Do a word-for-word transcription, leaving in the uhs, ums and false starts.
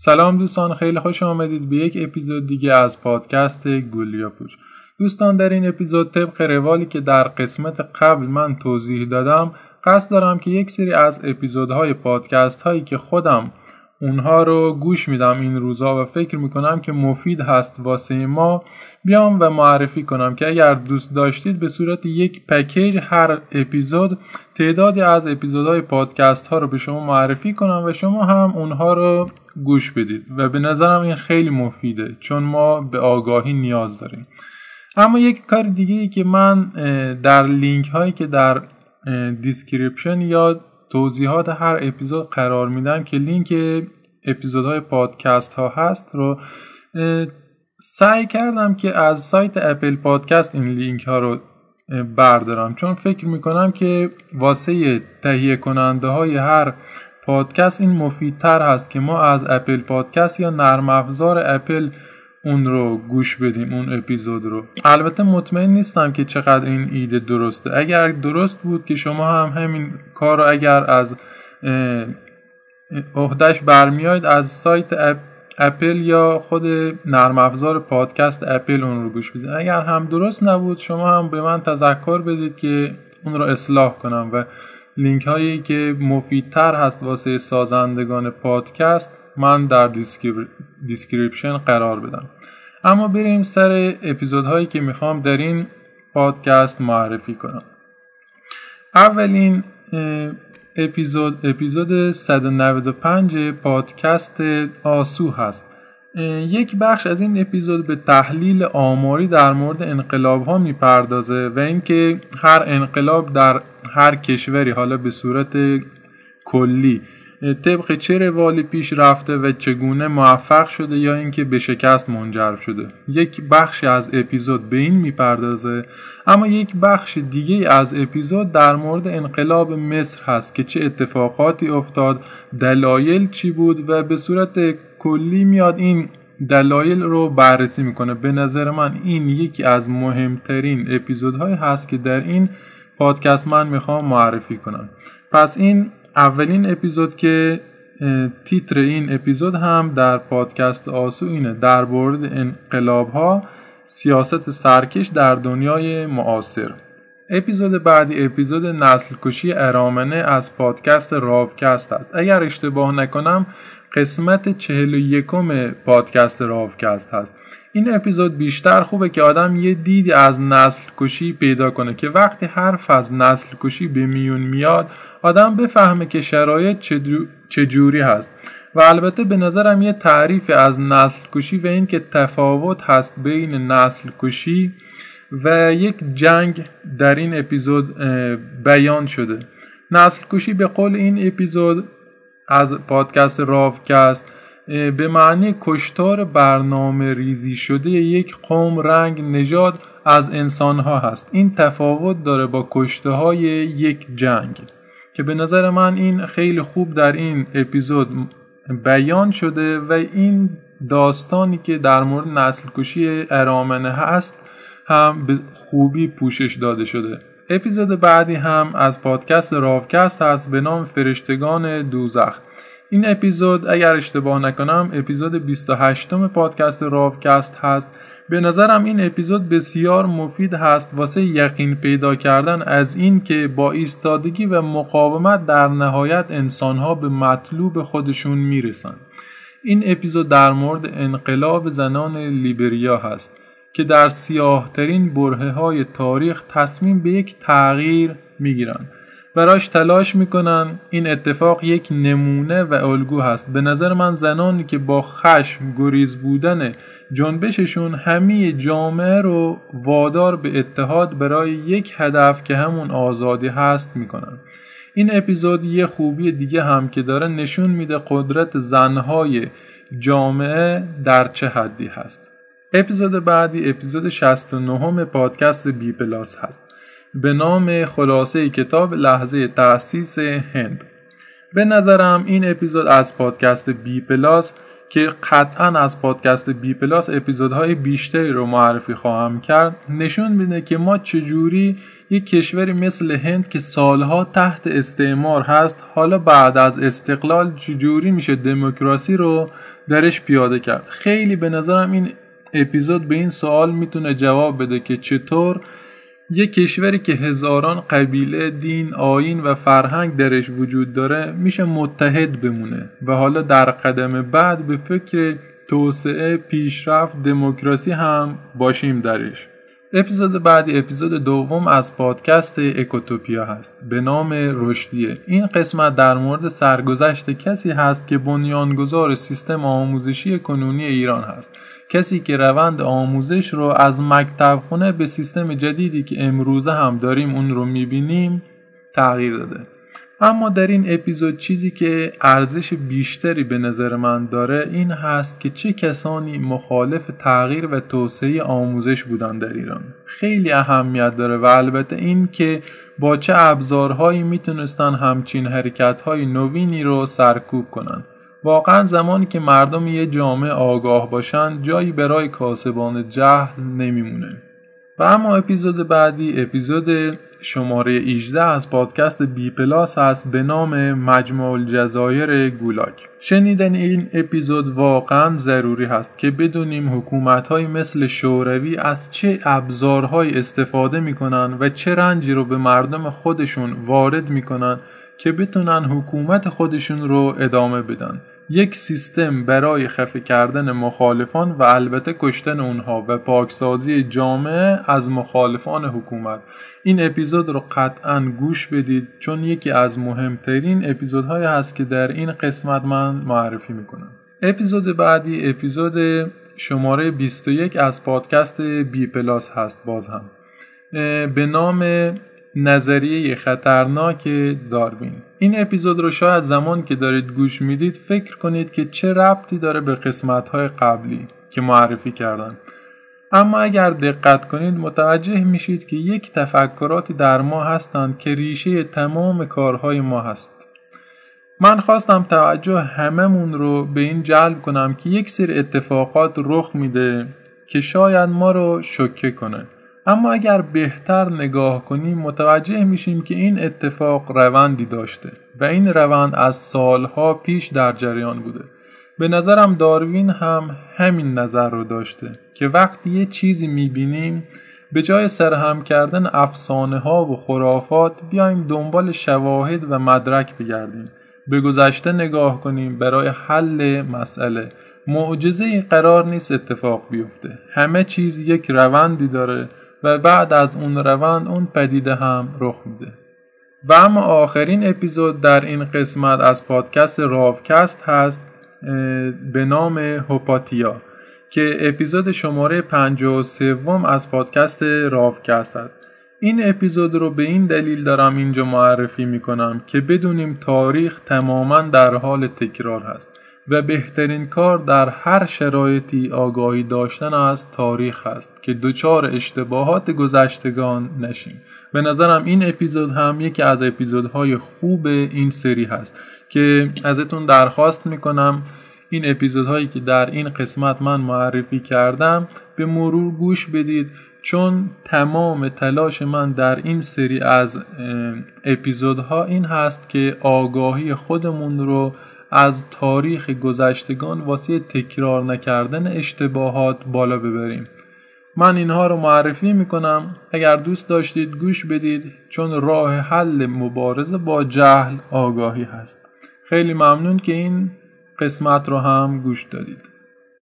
سلام دوستان، خیلی خوش آمدید به یک اپیزود دیگه از پادکست گولیا پوچ. دوستان، در این اپیزود طبق روالی که در قسمت قبل من توضیح دادم قصد دارم که یک سری از اپیزودهای پادکست هایی که خودم اونها رو گوش میدم این روزا و فکر میکنم که مفید هست واسه ما بیام و معرفی کنم که اگر دوست داشتید به صورت یک پکیج هر اپیزود تعدادی از اپیزودهای پادکست ها رو به شما معرفی کنم و شما هم اونها رو گوش بدید و به نظرم این خیلی مفیده چون ما به آگاهی نیاز داریم. اما یک کار دیگه ای که من در لینک هایی که در دیسکریپشن یا توضیحات هر اپیزود قرار میدم که لینک اپیزودهای پادکست ها هست رو سعی کردم که از سایت اپل پادکست این لینک ها رو بردارم، چون فکر میکنم که واسه تهیه کننده های هر پادکست این مفیدتر هست که ما از اپل پادکست یا نرم افزار اپل اون رو گوش بدیم، اون اپیزود رو. البته مطمئن نیستم که چقدر این ایده درسته. اگر درست بود که شما هم همین کار رو اگر از عهده‌اش برمیاید از سایت اپ اپل یا خود نرم افزار پادکست اپل اون رو گوش بدید. اگر هم درست نبود شما هم به من تذکر بدید که اون رو اصلاح کنم و لینک هایی که مفیدتر هست واسه سازندگان پادکست من در دیسکریپشن قرار بدم. اما بریم سر اپیزودهایی که میخوام در این پادکست معرفی کنم. اولین اپیزود اپیزود صد و نود و پنج پادکست آسو هست. یک بخش از این اپیزود به تحلیل آماری در مورد انقلاب ها میپردازه و اینکه هر انقلاب در هر کشوری حالا به صورت کلی طبق چه روالی پیش رفته و چگونه موفق شده یا اینکه به شکست منجر شده. یک بخش از اپیزود به این میپردازه. اما یک بخش دیگه از اپیزود در مورد انقلاب مصر هست که چه اتفاقاتی افتاد، دلایل چی بود و به صورت کلی میاد این دلایل رو بررسی میکنه. به نظر من این یکی از مهمترین اپیزودهای هست که در این پادکست من میخوام معرفی کنم. پس این اولین اپیزود که تیتر این اپیزود هم در پادکست آسو اینه، در مورد انقلاب ها، سیاست سرکش در دنیای معاصر. اپیزود بعدی اپیزود نسل کشی ارامنه از پادکست راوکست است. اگر اشتباه نکنم قسمت چهل و یکم پادکست راوکست هست. این اپیزود بیشتر خوبه که آدم یه دیدی از نسل کشی پیدا کنه که وقتی حرف از نسل کشی به میون میاد آدم بفهمه که شرایط چجوری هست. و البته به نظرم یه تعریف از نسل کشی و این که تفاوت هست بین نسل کشی و یک جنگ در این اپیزود بیان شده. نسل کشی به قول این اپیزود از پادکست راوکست به معنی کشتار برنامه ریزی شده یک قوم، رنگ، نژاد از انسانها هست. این تفاوت داره با کشته های یک جنگ که به نظر من این خیلی خوب در این اپیزود بیان شده و این داستانی که در مورد نسل کشی ارامنه هست هم به خوبی پوشش داده شده. اپیزود بعدی هم از پادکست راوکست هست به نام فرشتگان دوزخ. این اپیزود اگر اشتباه نکنم اپیزود بیست و هشتم پادکست راوکست هست. به نظرم این اپیزود بسیار مفید هست واسه یقین پیدا کردن از این که با ایستادگی و مقاومت در نهایت انسانها به مطلوب خودشون میرسن. این اپیزود در مورد انقلاب زنان لیبریا هست که در سیاه ترین برهه های تاریخ تصمیم به یک تغییر میگیرن، براش تلاش میکنن. این اتفاق یک نمونه و الگو هست. به نظر من زنانی که با خشم گریز بودن جنبششون همه جامعه رو وادار به اتحاد برای یک هدف که همون آزادی هست میکنن. این اپیزود یه خوبی دیگه هم که داره نشون میده قدرت زنهای جامعه در چه حدی هست. اپیزود بعدی اپیزود شصت و نه پادکست بی پلاس هست به نام خلاصه کتاب لحظه تأسیس هند. به نظرم این اپیزود از پادکست بی پلاس که قطعا از پادکست بی پلاس اپیزودهای بیشتری رو معرفی خواهم کرد نشون میده که ما چجوری یک کشوری مثل هند که سالها تحت استعمار هست حالا بعد از استقلال چجوری میشه دموکراسی رو درش پیاده کرد. خیلی به نظرم این اپیزود به این سوال میتونه جواب بده که چطور یک کشوری که هزاران قبیله، دین، آیین و فرهنگ درش وجود داره میشه متحد بمونه و حالا در قدم بعد به فکر توسعه، پیشرفت، دموکراسی هم باشیم درش. اپیزود بعدی اپیزود دوم از پادکست اکوتوپیا هست به نام رشدیه. این قسمت در مورد سرگذشت کسی هست که بنیانگذار سیستم آموزشی کنونی ایران هست، کسی که روند آموزش رو از مکتب خونه به سیستم جدیدی که امروزه هم داریم اون رو میبینیم تغییر داده. اما در این اپیزود چیزی که ارزش بیشتری به نظر من داره این هست که چه کسانی مخالف تغییر و توسعه آموزش بودن در ایران. خیلی اهمیت داره و البته این که با چه ابزارهایی میتونستن همچین حرکت‌های نوینی رو سرکوب کنن. واقعا زمانی که مردم یه جامعه آگاه باشن جایی برای کاسبان جهل نمیمونه. و اما اپیزود بعدی اپیزود شماره هجده از پادکست بی پلاس هست به نام مجمع الجزایر گولاگ. شنیدن این اپیزود واقعا ضروری هست که بدونیم حکومت‌های مثل شوروی از چه ابزارهای استفاده میکنن و چه رنجی رو به مردم خودشون وارد میکنن که بتونن حکومت خودشون رو ادامه بدن. یک سیستم برای خفه کردن مخالفان و البته کشتن اونها و پاکسازی جامعه از مخالفان حکومت. این اپیزود رو قطعاً گوش بدید چون یکی از مهمترین اپیزودهای هست که در این قسمت من معرفی میکنم. اپیزود بعدی اپیزود شماره بیست و یک از پادکست بی پلاس هست باز هم به نام نظریه خطرناک داروین. این اپیزود رو شاید زمان که دارید گوش میدید فکر کنید که چه ربطی داره به قسمت‌های قبلی که معرفی کردن، اما اگر دقت کنید متوجه میشید که یک تفکراتی در ما هستند که ریشه تمام کارهای ما هست. من خواستم توجه هممون رو به این جلب کنم که یک سری اتفاقات رخ میده که شاید ما رو شوکه کنه، اما اگر بهتر نگاه کنیم متوجه میشیم که این اتفاق روندی داشته و این روند از سالها پیش در جریان بوده. به نظرم داروین هم همین نظر رو داشته که وقتی یه چیزی میبینیم به جای سرهم کردن افسانه ها و خرافات بیایم دنبال شواهد و مدرک بگردیم، به گذشته نگاه کنیم برای حل مسئله. معجزه‌ای قرار نیست اتفاق بیفته، همه چیز یک روندی داره و بعد از اون روند اون پدیده هم رخ میده. و اما آخرین اپیزود در این قسمت از پادکست راوکست هست به نام هوپاتیا که اپیزود شماره پنجاه و سه از پادکست راوکست هست. این اپیزود رو به این دلیل دارم اینجا معرفی میکنم که بدونیم تاریخ تماما در حال تکرار هست و بهترین کار در هر شرایطی آگاهی داشتن از تاریخ است که دچار اشتباهات گذشتگان نشیم. به نظرم این اپیزود هم یکی از اپیزودهای خوب این سری هست که ازتون درخواست میکنم این اپیزودهایی که در این قسمت من معرفی کردم به مرور گوش بدید، چون تمام تلاش من در این سری از اپیزودها این هست که آگاهی خودمون رو از تاریخ گذشتگان واسه تکرار نکردن اشتباهات بالا ببریم. من اینها رو معرفی میکنم، اگر دوست داشتید گوش بدید، چون راه حل مبارزه با جهل آگاهی هست. خیلی ممنون که این قسمت رو هم گوش دادید.